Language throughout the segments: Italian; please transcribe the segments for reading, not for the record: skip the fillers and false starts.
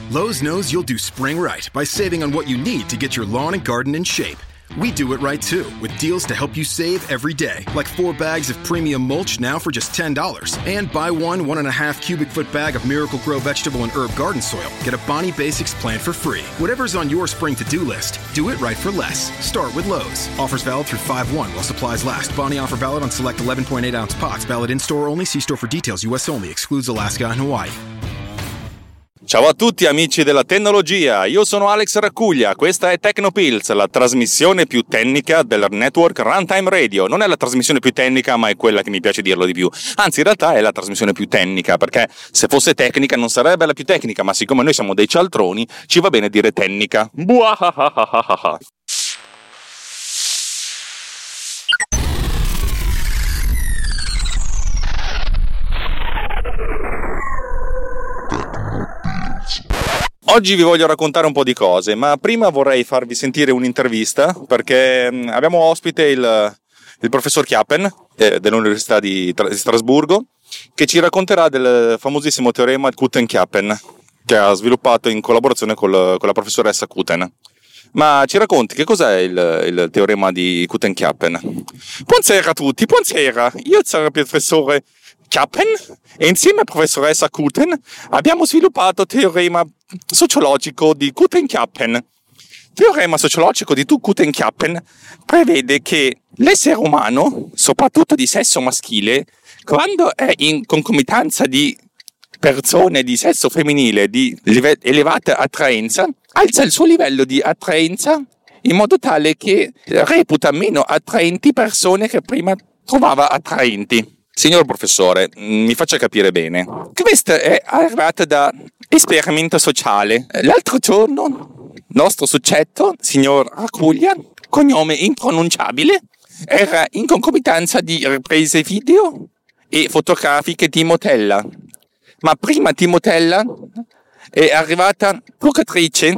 Lowe's knows you'll do spring right by saving on what you need to get your lawn and garden in shape. We do it right too, with deals to help you save every day, like 4 bags of premium mulch now for just $10. And buy 1.5 cubic foot bag of Miracle-Gro vegetable and herb garden soil. Get a Bonnie Basics plant for free. Whatever's on your spring to-do list, do it right for less. Start with Lowe's. Offers valid through 5/1 while supplies last. Bonnie offer valid on select 11.8-ounce pots. Valid in-store only. See store for details. U.S. only. Excludes Alaska and Hawaii. Ciao a tutti amici della tecnologia, io sono Alex Raccuglia, questa è Tecnopills, la trasmissione più tecnica del network Runtime Radio. Non è la trasmissione più tecnica, ma è quella che mi piace dirlo di più. Anzi, in realtà è la trasmissione più tecnica, perché se fosse tecnica non sarebbe la più tecnica, ma siccome noi siamo dei cialtroni, ci va bene dire tecnica. Buahahahaha. Oggi vi voglio raccontare un po' di cose, ma prima vorrei farvi sentire un'intervista perché abbiamo ospite il professor Chiappen dell'Università di Strasburgo, che ci racconterà del famosissimo teorema Kuten-Chiappen che ha sviluppato in collaborazione con la professoressa Kuten. Ma ci racconti che cos'è il teorema di Kuten-Chiappen? Buonasera a tutti, buonasera, io sono il professore Chiappen e insieme alla professoressa Kuten abbiamo sviluppato il teorema sociologico di Kuten-Chiappen. Il teorema sociologico di Kuten-Chiappen prevede che l'essere umano, soprattutto di sesso maschile, quando è in concomitanza di persone di sesso femminile di elevata attraenza, alza il suo livello di attraenza in modo tale che reputa meno attraenti persone che prima trovava attraenti. Signor professore, mi faccia capire bene. Questa è arrivata da esperimento sociale. L'altro giorno, nostro soggetto, signor Raccuglia, cognome impronunciabile, era in concomitanza di riprese video e fotografiche di Motella. Ma prima di Motella è arrivata truccatrice,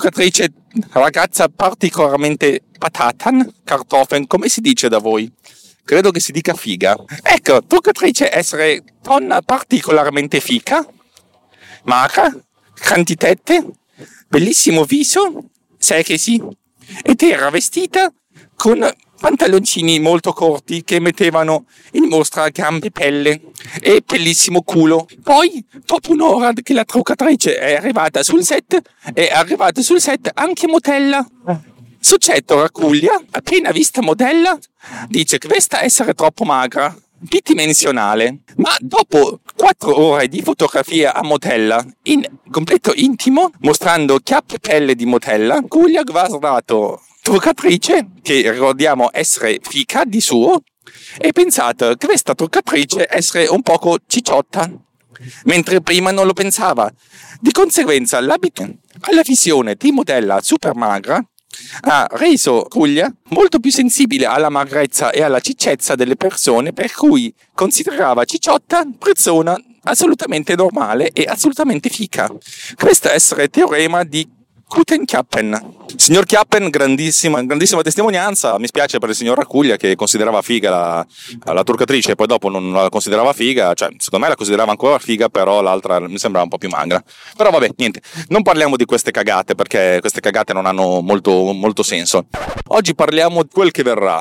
ragazza particolarmente patatan, kartoffeln, come si dice da voi? Credo che si dica figa. Ecco, truccatrice essere donna particolarmente fica, magra, grandi tette, bellissimo viso, sexy, ed era vestita con pantaloncini molto corti che mettevano in mostra gambe e pelle e bellissimo culo. Poi, dopo un'ora che la truccatrice è arrivata sul set, è arrivata sul set anche Motella. Soggetto Raccuglia, appena vista Modella, dice che questa essere troppo magra, bidimensionale, ma dopo 4 ore di fotografia a Motella, in completo intimo, mostrando chiappe e pelle di Motella, Raccuglia ha guardato truccatrice, che ricordiamo essere fica di suo, e pensato che questa truccatrice essere un poco cicciotta, mentre prima non lo pensava. Di conseguenza, alla visione di Modella super magra, ha reso Raccuglia molto più sensibile alla magrezza e alla ciccezza delle persone, per cui considerava cicciotta persona assolutamente normale e assolutamente fica. Questo è il teorema di Kuten-Chiappen. Signor Chiappen, grandissima testimonianza. Mi spiace per il signor Raccuglia che considerava figa la truccatrice e poi dopo non la considerava figa, cioè secondo me la considerava ancora figa, però l'altra mi sembrava un po' più magra. Però vabbè, niente, non parliamo di queste cagate perché queste cagate non hanno molto senso. Oggi parliamo di quel che verrà.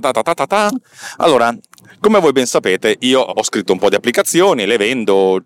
Allora, come voi ben sapete, io ho scritto un po' di applicazioni, le vendo,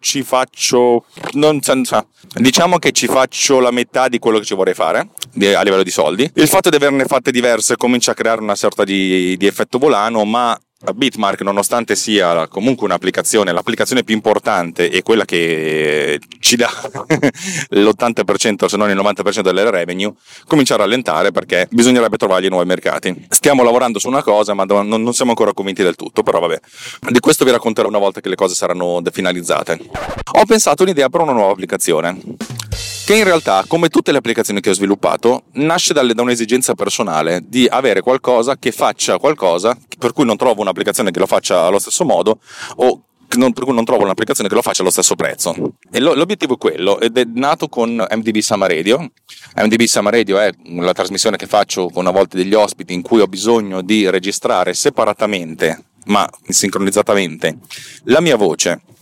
diciamo che ci faccio la metà di quello che ci vorrei fare a livello di soldi. Il fatto di averne fatte diverse comincia a creare una sorta di effetto volano, ma Bitmark, nonostante sia comunque l'applicazione più importante e quella che ci dà l'80% se non il 90% delle revenue, comincia a rallentare perché bisognerebbe trovargli nuovi mercati. Stiamo lavorando su una cosa, ma non siamo ancora convinti del tutto, però vabbè, di questo vi racconterò una volta che le cose saranno finalizzate. Ho pensato un'idea per una nuova applicazione che in realtà, come tutte le applicazioni che ho sviluppato, nasce da un'esigenza personale di avere qualcosa che faccia qualcosa per cui non trovo un'applicazione che lo faccia allo stesso modo o per cui non trovo un'applicazione che lo faccia allo stesso prezzo. E l'obiettivo è quello, ed è nato con MDB Summer Radio. MDB Summer Radio è la trasmissione che faccio con a volte degli ospiti in cui ho bisogno di registrare separatamente ma sincronizzatamente la mia voce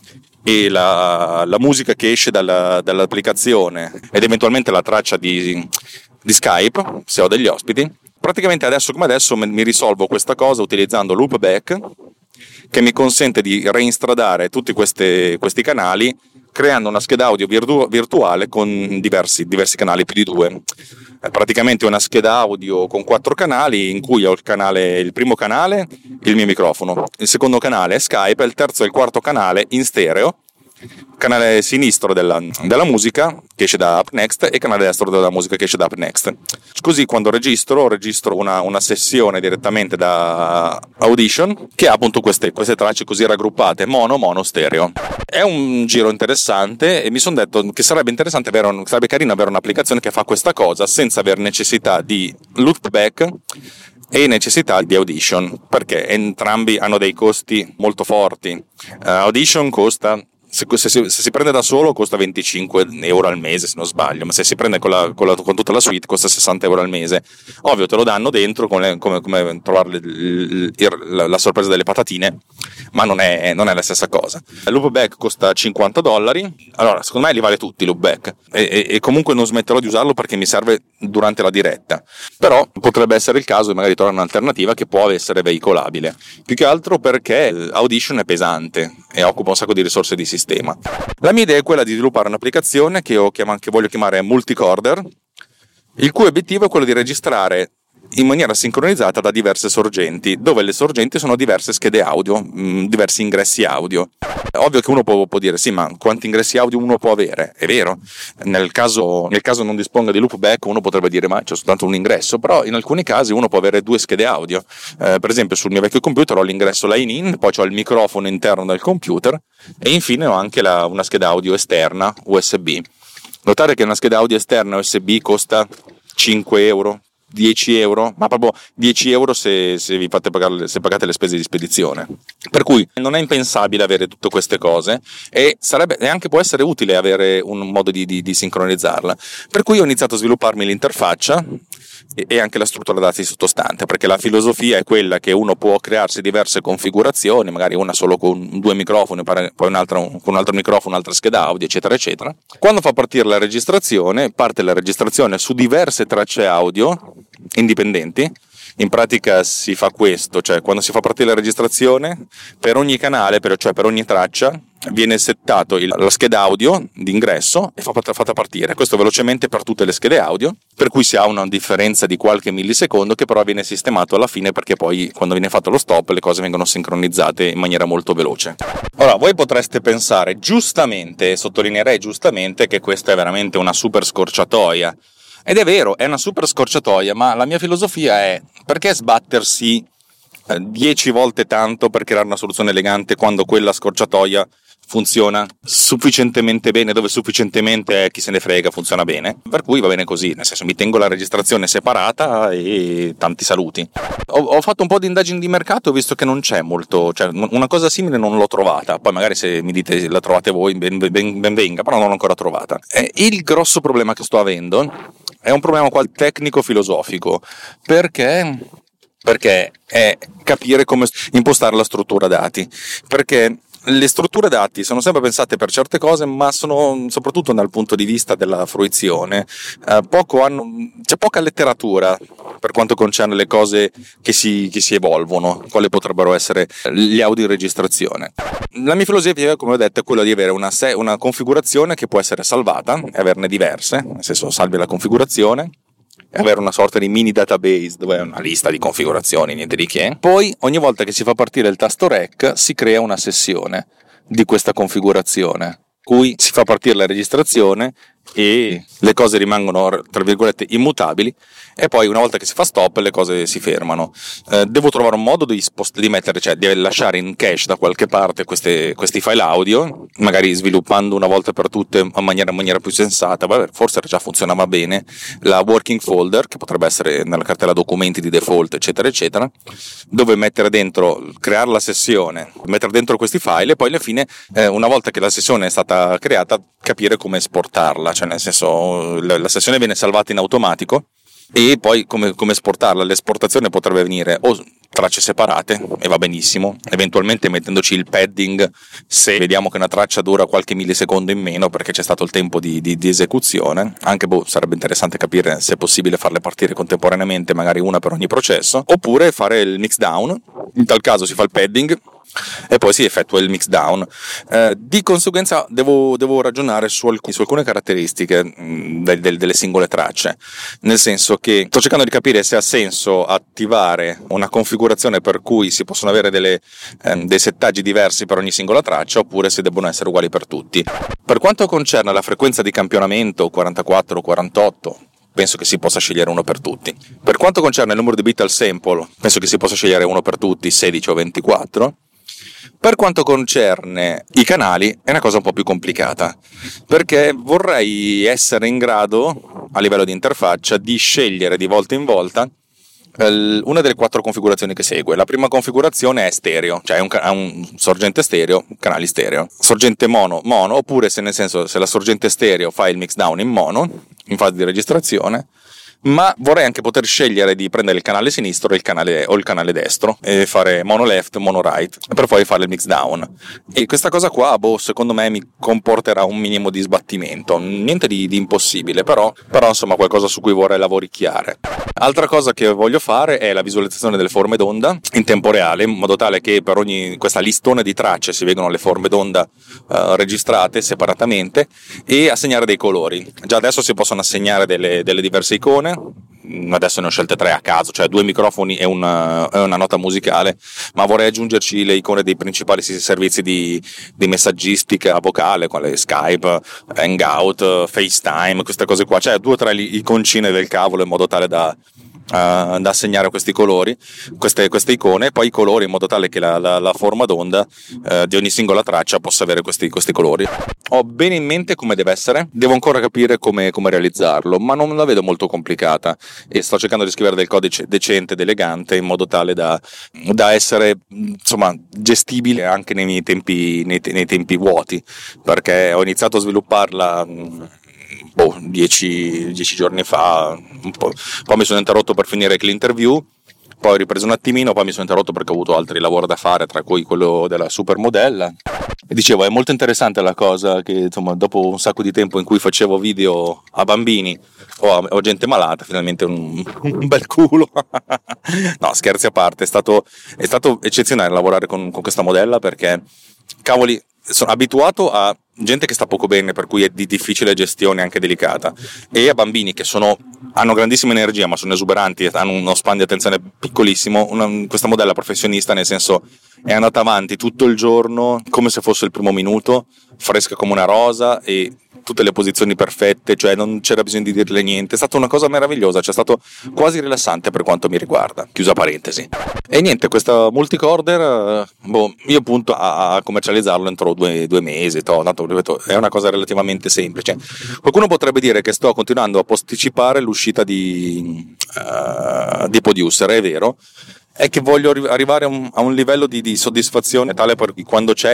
e la musica che esce dall'applicazione ed eventualmente la traccia di Skype, se ho degli ospiti, praticamente adesso come adesso mi risolvo questa cosa utilizzando Loopback, che mi consente di reinstradare tutti questi canali creando una scheda audio virtuale con diversi canali, più di 2. È praticamente una scheda audio con 4 canali in cui ho il primo canale, il mio microfono, il secondo canale è Skype e il terzo e il quarto canale in stereo, canale sinistro della musica che esce da UpNext e canale destro della musica che esce da UpNext. Così quando registro una sessione direttamente da Audition che ha appunto queste tracce così raggruppate mono stereo. È un giro interessante e mi sono detto che sarebbe carino avere un'applicazione che fa questa cosa senza aver necessità di Loopback e necessità di Audition, perché entrambi hanno dei costi molto forti. Audition costa, se si prende da solo, costa 25 euro al mese se non sbaglio, ma se si prende con tutta la suite costa 60 euro al mese. Ovvio, te lo danno dentro come trovare la sorpresa delle patatine, ma non è la stessa cosa. Il Loopback costa $50, allora secondo me li vale tutti Loopback e comunque non smetterò di usarlo perché mi serve durante la diretta, però potrebbe essere il caso di magari trovare un'alternativa che può essere veicolabile, più che altro perché Audition è pesante e occupa un sacco di risorse di sistema. La mia idea è quella di sviluppare un'applicazione che voglio chiamare Multicorder, il cui obiettivo è quello di registrare in maniera sincronizzata da diverse sorgenti, dove le sorgenti sono diverse schede audio, diversi ingressi audio. È ovvio che uno può dire sì, ma quanti ingressi audio uno può avere? È vero, nel caso non disponga di Loopback uno potrebbe dire ma c'è soltanto un ingresso, però in alcuni casi uno può avere 2 schede audio. Per esempio sul mio vecchio computer ho l'ingresso line-in, poi ho il microfono interno del computer e infine ho anche una scheda audio esterna USB. Notare che una scheda audio esterna USB costa 5 euro, 10 euro, ma proprio 10 euro se pagate le spese di spedizione. Per cui non è impensabile avere tutte queste cose e anche può essere utile avere un modo di sincronizzarla. Per cui ho iniziato a svilupparmi l'interfaccia e anche la struttura dati sottostante, perché la filosofia è quella che uno può crearsi diverse configurazioni, magari una solo con 2 microfoni, poi un'altra con un altro microfono, un'altra scheda audio, eccetera eccetera. Quando fa partire la registrazione, parte la registrazione su diverse tracce audio indipendenti. In pratica si fa questo, cioè quando si fa partire la registrazione, per ogni canale, cioè per ogni traccia, viene settato la scheda audio d'ingresso e fatta partire. Questo velocemente per tutte le schede audio, per cui si ha una differenza di qualche millisecondo che però viene sistemato alla fine, perché poi quando viene fatto lo stop le cose vengono sincronizzate in maniera molto veloce. Ora, voi potreste pensare giustamente, sottolineerei giustamente, che questa è veramente una super scorciatoia. Ed è vero, è una super scorciatoia, ma la mia filosofia è: perché sbattersi 10 volte tanto per creare una soluzione elegante quando quella scorciatoia funziona sufficientemente bene, dove sufficientemente chi se ne frega funziona bene, per cui va bene così, nel senso mi tengo la registrazione separata e tanti saluti. Ho fatto un po' di indagini di mercato, ho visto che non c'è molto, cioè una cosa simile non l'ho trovata, poi magari se mi dite la trovate voi ben venga, però non l'ho ancora trovata. Il grosso problema che sto avendo è un problema tecnico-filosofico, perché è capire come impostare la struttura dati, perché le strutture dati sono sempre pensate per certe cose, ma sono soprattutto dal punto di vista della fruizione c'è poca letteratura per quanto concerne le cose che si evolvono, quali potrebbero essere gli audio in registrazione. La mia filosofia, come ho detto, è quella di avere una configurazione che può essere salvata e averne diverse, nel senso salvi la configurazione e avere una sorta di mini database dove è una lista di configurazioni, niente di che. Poi ogni volta che si fa partire il tasto REC si crea una sessione di questa configurazione, cui si fa partire la registrazione e le cose rimangono tra virgolette immutabili, e poi una volta che si fa stop le cose si fermano. Devo trovare un modo di mettere, cioè di lasciare in cache da qualche parte questi file audio, magari sviluppando una volta per tutte in maniera più sensata. Forse già funzionava bene la working folder, che potrebbe essere nella cartella documenti di default, eccetera eccetera, dove mettere dentro, creare la sessione, mettere dentro questi file e poi alla fine, una volta che la sessione è stata creata, capire come esportarla, cioè nel senso la sessione viene salvata in automatico e poi come esportarla. L'esportazione potrebbe avvenire o tracce separate e va benissimo, eventualmente mettendoci il padding se vediamo che una traccia dura qualche millisecondo in meno perché c'è stato il tempo di esecuzione, anche sarebbe interessante capire se è possibile farle partire contemporaneamente, magari una per ogni processo, oppure fare il mix down, in tal caso si fa il padding e poi si effettua il mix down. Di conseguenza devo ragionare su alcune caratteristiche delle singole tracce, nel senso che sto cercando di capire se ha senso attivare una configurazione per cui si possono avere dei settaggi diversi per ogni singola traccia, oppure se debbono essere uguali per tutti. Per quanto concerne la frequenza di campionamento 44 o 48, penso che si possa scegliere uno per tutti. Per quanto concerne il numero di bit al sample, penso che si possa scegliere uno per tutti, 16 o 24. Per quanto concerne i canali è una cosa un po' più complicata, perché vorrei essere in grado, a livello di interfaccia, di scegliere di volta in volta una delle 4 configurazioni che segue. La prima configurazione è stereo, cioè ha un sorgente stereo, canali stereo, sorgente mono, oppure se la sorgente stereo fa il mix down in mono, in fase di registrazione, ma vorrei anche poter scegliere di prendere il canale sinistro o il canale destro e fare mono left, mono right per poi fare il mix down. E questa cosa qua secondo me mi comporterà un minimo di sbattimento, niente di impossibile, però insomma qualcosa su cui vorrei lavoricchiare. Altra cosa che voglio fare è la visualizzazione delle forme d'onda in tempo reale, in modo tale che per questa listone di tracce si vedono le forme d'onda registrate separatamente e assegnare dei colori. Già adesso si possono assegnare delle diverse icone. Adesso ne ho scelte 3 a caso, cioè 2 microfoni e una nota musicale, ma vorrei aggiungerci le icone dei principali servizi di messaggistica vocale, quale Skype, Hangout, FaceTime, queste cose qua, cioè 2 o 3 iconcine del cavolo in modo tale da assegnare questi colori, queste icone, e poi i colori in modo tale che la forma d'onda di ogni singola traccia possa avere questi colori. Ho bene in mente come deve essere, devo ancora capire come realizzarlo, ma non la vedo molto complicata e sto cercando di scrivere del codice decente ed elegante in modo tale da essere insomma gestibile anche nei miei tempi vuoti, perché ho iniziato a svilupparla 10 giorni fa, poi mi sono interrotto per finire l'interview, poi ho ripreso un attimino, poi mi sono interrotto perché ho avuto altri lavori da fare, tra cui quello della supermodella. E dicevo, è molto interessante la cosa che insomma dopo un sacco di tempo in cui facevo video a bambini o gente malata, finalmente un bel culo. No, scherzi a parte, è stato eccezionale lavorare con questa modella, perché cavoli, sono abituato a gente che sta poco bene, per cui è di difficile gestione, anche delicata, e a bambini che hanno grandissima energia ma sono esuberanti, hanno uno span di attenzione piccolissimo. Questa modella professionista, nel senso, è andata avanti tutto il giorno come se fosse il primo minuto, fresca come una rosa e tutte le posizioni perfette, cioè non c'era bisogno di dirle niente. È stata una cosa meravigliosa, cioè è stato quasi rilassante per quanto mi riguarda, chiusa parentesi. E niente, questa multicorder io punto a commercializzarlo entro 2 mesi, tanto ripeto, è una cosa relativamente semplice. Qualcuno potrebbe dire che sto continuando a posticipare l'uscita di Producer, è vero, è che voglio arrivare a un livello di soddisfazione tale per cui quando c'è,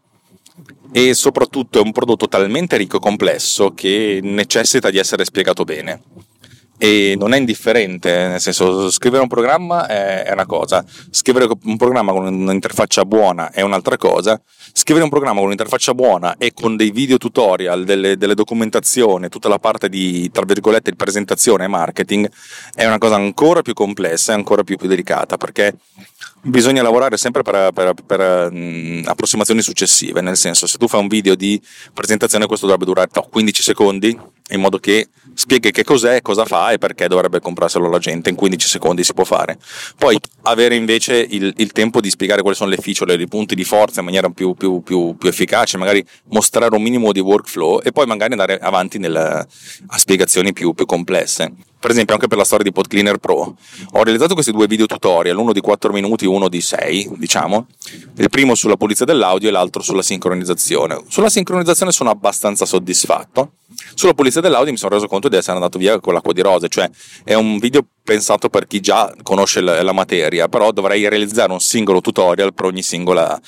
e soprattutto è un prodotto talmente ricco e complesso che necessita di essere spiegato bene. E non è indifferente, nel senso, scrivere un programma è una cosa, scrivere un programma con un'interfaccia buona è un'altra cosa, scrivere un programma con un'interfaccia buona e con dei video tutorial, delle documentazioni, tutta la parte di, tra virgolette, di presentazione e marketing è una cosa ancora più complessa e ancora più delicata, perché bisogna lavorare sempre per approssimazioni successive, nel senso, se tu fai un video di presentazione, questo dovrebbe durare 15 secondi, in modo che spieghi che cos'è, cosa fa e perché dovrebbe comprarselo la gente. In 15 secondi si può fare. Poi avere invece il tempo di spiegare quali sono le feature, i punti di forza in maniera più efficace, magari mostrare un minimo di workflow e poi magari andare avanti a spiegazioni più complesse. Per esempio, anche per la storia di PodCleaner Pro ho realizzato questi 2 video tutorial, uno di 4 minuti, uno di 6, diciamo, il primo sulla pulizia dell'audio e l'altro sulla sincronizzazione. Sulla sincronizzazione sono abbastanza soddisfatto, sulla pulizia dell'audio mi sono reso conto di essere andato via con l'acqua di rose, cioè è un video pensato per chi già conosce la materia, però dovrei realizzare un singolo tutorial per ogni singola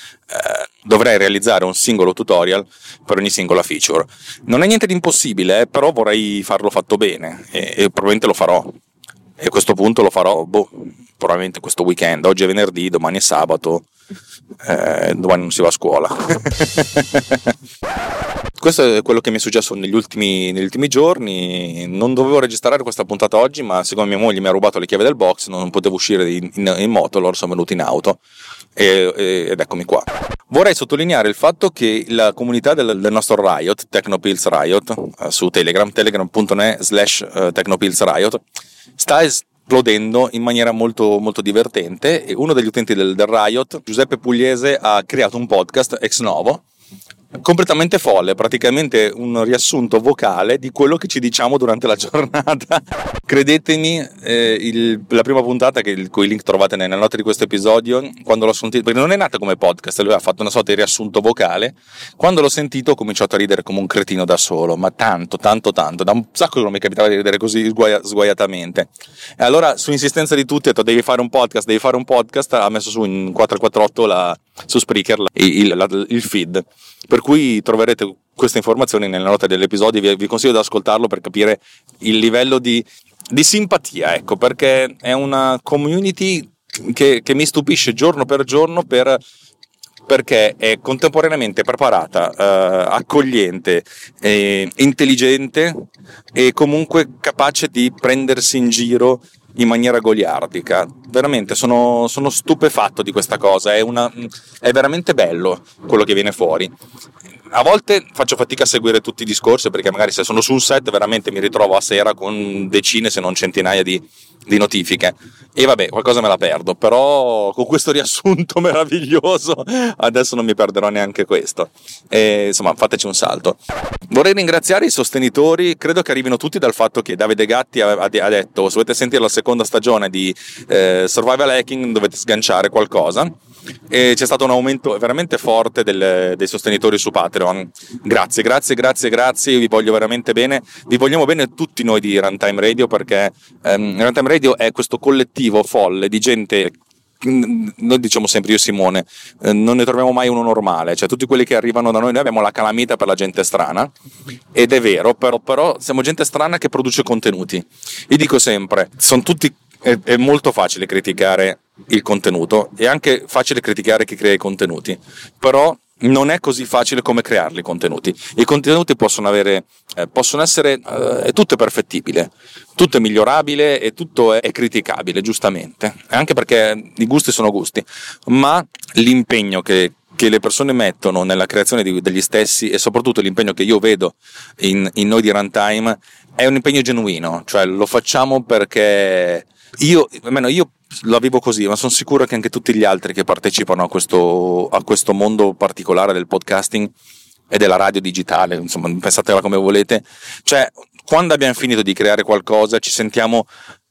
feature. Non è niente di impossibile, però vorrei farlo fatto bene e probabilmente lo farò. e a questo punto lo farò probabilmente questo weekend. Oggi è venerdì, domani è sabato, domani non si va a scuola. Questo è quello che mi è successo negli ultimi giorni. Non dovevo registrare questa puntata oggi, ma siccome mia moglie mi ha rubato le chiavi del box non potevo uscire in moto, allora sono venuto in auto ed eccomi qua. Vorrei sottolineare il fatto che la comunità del nostro Riot, Technopills Riot, su telegram.net/Technopills Riot, sta esplodendo in maniera molto, molto divertente, e uno degli utenti del Riot, Giuseppe Pugliese, ha creato un podcast ex novo completamente folle, praticamente un riassunto vocale di quello che ci diciamo durante la giornata. Credetemi, la prima puntata, che il cui link trovate nelle note di questo episodio, quando l'ho sentito, perché non è nata come podcast, lui ha fatto una sorta di riassunto vocale, quando l'ho sentito ho cominciato a ridere come un cretino da solo, ma tanto, da un sacco che non mi capitava di ridere così sguaiatamente. E allora, su insistenza di tutti, ho detto devi fare un podcast, ha messo su in 448 su Spreaker il feed, per cui troverete queste informazioni nelle note dell'episodio. Vi consiglio di ascoltarlo per capire il livello di simpatia, ecco, perché è una community che mi stupisce giorno per giorno perché è contemporaneamente preparata, accogliente, intelligente e comunque capace di prendersi in giro in maniera goliardica. Veramente sono stupefatto di questa cosa, è veramente bello quello che viene fuori. A volte faccio fatica a seguire tutti i discorsi, perché magari se sono su un set veramente mi ritrovo a sera con decine se non centinaia di notifiche, e vabbè, qualcosa me la perdo, però con questo riassunto meraviglioso adesso non mi perderò neanche questo. Insomma, fateci un salto. Vorrei ringraziare i sostenitori, credo che arrivino tutti dal fatto che Davide Gatti ha detto: se volete sentire la seconda stagione di Survival Hacking dovete sganciare qualcosa, e c'è stato un aumento veramente forte dei sostenitori su Patreon. Grazie, io vi voglio veramente bene, vi vogliamo bene tutti noi di Runtime Radio, perché Runtime Radio è questo collettivo folle di gente. Noi diciamo sempre, io e Simone, non ne troviamo mai uno normale, cioè tutti quelli che arrivano da noi abbiamo la calamita per la gente strana, ed è vero, però siamo gente strana che produce contenuti. Io dico sempre, è molto facile criticare il contenuto, è anche facile criticare chi crea i contenuti, però non è così facile come crearli i contenuti. I contenuti possono essere, tutto è perfettibile, tutto è migliorabile e tutto è criticabile, giustamente, anche perché i gusti sono gusti, ma l'impegno che le persone mettono nella creazione degli stessi, e soprattutto l'impegno che io vedo in noi di Runtime, è un impegno genuino, cioè lo facciamo perché almeno io la vivo così, ma sono sicuro che anche tutti gli altri che partecipano a questo mondo particolare del podcasting e della radio digitale, insomma, pensatela come volete, cioè quando abbiamo finito di creare qualcosa ci sentiamo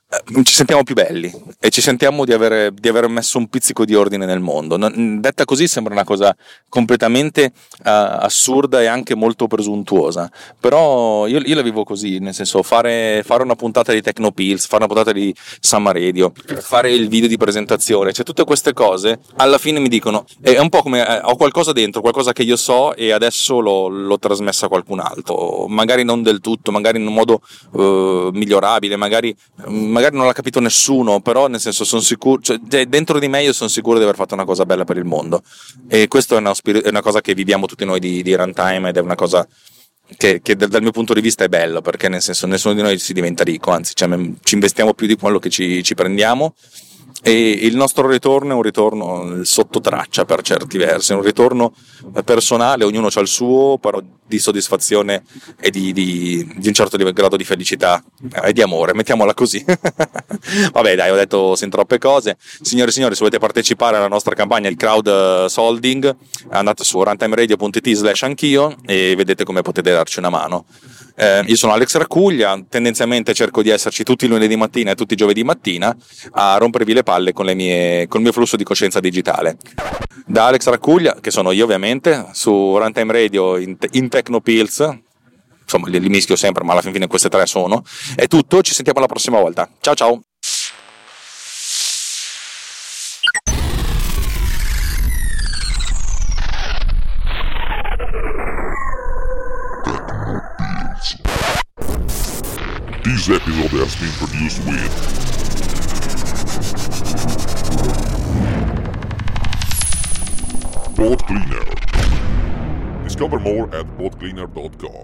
più belli e ci sentiamo di aver messo un pizzico di ordine nel mondo. Detta così sembra una cosa completamente assurda e anche molto presuntuosa, però io la vivo così, nel senso, fare una puntata di Technopills, fare una puntata di Summer Radio, fare il video di presentazione, cioè tutte queste cose alla fine mi dicono, è un po' come ho qualcosa dentro, qualcosa che io so e adesso l'ho trasmessa a qualcun altro, magari non del tutto, magari in un modo migliorabile, magari non l'ha capito nessuno, però nel senso sono sicuro, cioè dentro di me io sono sicuro di aver fatto una cosa bella per il mondo, e questo è una cosa che viviamo tutti noi di Runtime, ed è una cosa che dal mio punto di vista è bello, perché nel senso nessuno di noi si diventa ricco, anzi ci investiamo più di quello che ci prendiamo, e il nostro ritorno è un ritorno sotto traccia per certi versi, è un ritorno personale, ognuno ha il suo, però di soddisfazione e di un certo grado di felicità e di amore, mettiamola così. Vabbè dai, ho detto sin troppe cose. Signore e signori, se volete partecipare alla nostra campagna di crowdsounding, andate su runtimeradio.it/anch'io e vedete come potete darci una mano. Io sono Alex Racuglia, tendenzialmente cerco di esserci tutti i lunedì mattina e tutti i giovedì mattina a rompervi le palle con il mio flusso di coscienza digitale. Da Alex Racuglia, che sono io ovviamente, su Runtime Radio in Technopills, insomma li mischio sempre, ma alla fine queste tre sono, è tutto, ci sentiamo la prossima volta, ciao ciao! This episode has been produced with Pod Cleaner. Discover more at podcleaner.com.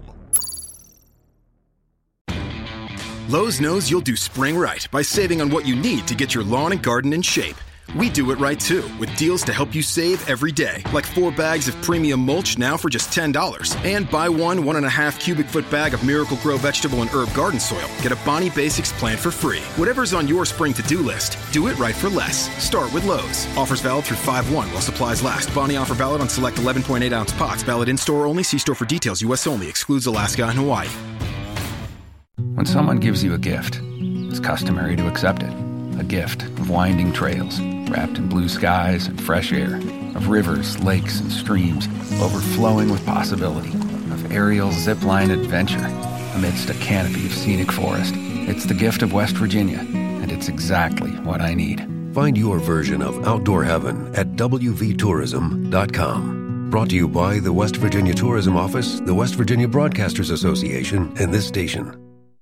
Lowe's knows you'll do spring right by saving on what you need to get your lawn and garden in shape. We do it right too, with deals to help you save every day. Like 4 bags of premium mulch now for just $10. And buy 1.5 cubic foot bag of Miracle-Gro vegetable and herb garden soil. Get a Bonnie Basics plant for free. Whatever's on your spring to-do list, do it right for less. Start with Lowe's. Offers valid through 5/1 while supplies last. Bonnie offer valid on select 11.8-ounce pots. Valid in-store only. See store for details. U.S. only. Excludes Alaska and Hawaii. When someone gives you a gift, it's customary to accept it. A gift of winding trails, wrapped in blue skies and fresh air, of rivers, lakes, and streams overflowing with possibility, of aerial zipline adventure amidst a canopy of scenic forest. It's the gift of West Virginia, and it's exactly what I need. Find your version of outdoor heaven at wvtourism.com. Brought to you by the West Virginia Tourism Office, the West Virginia Broadcasters Association, and this station.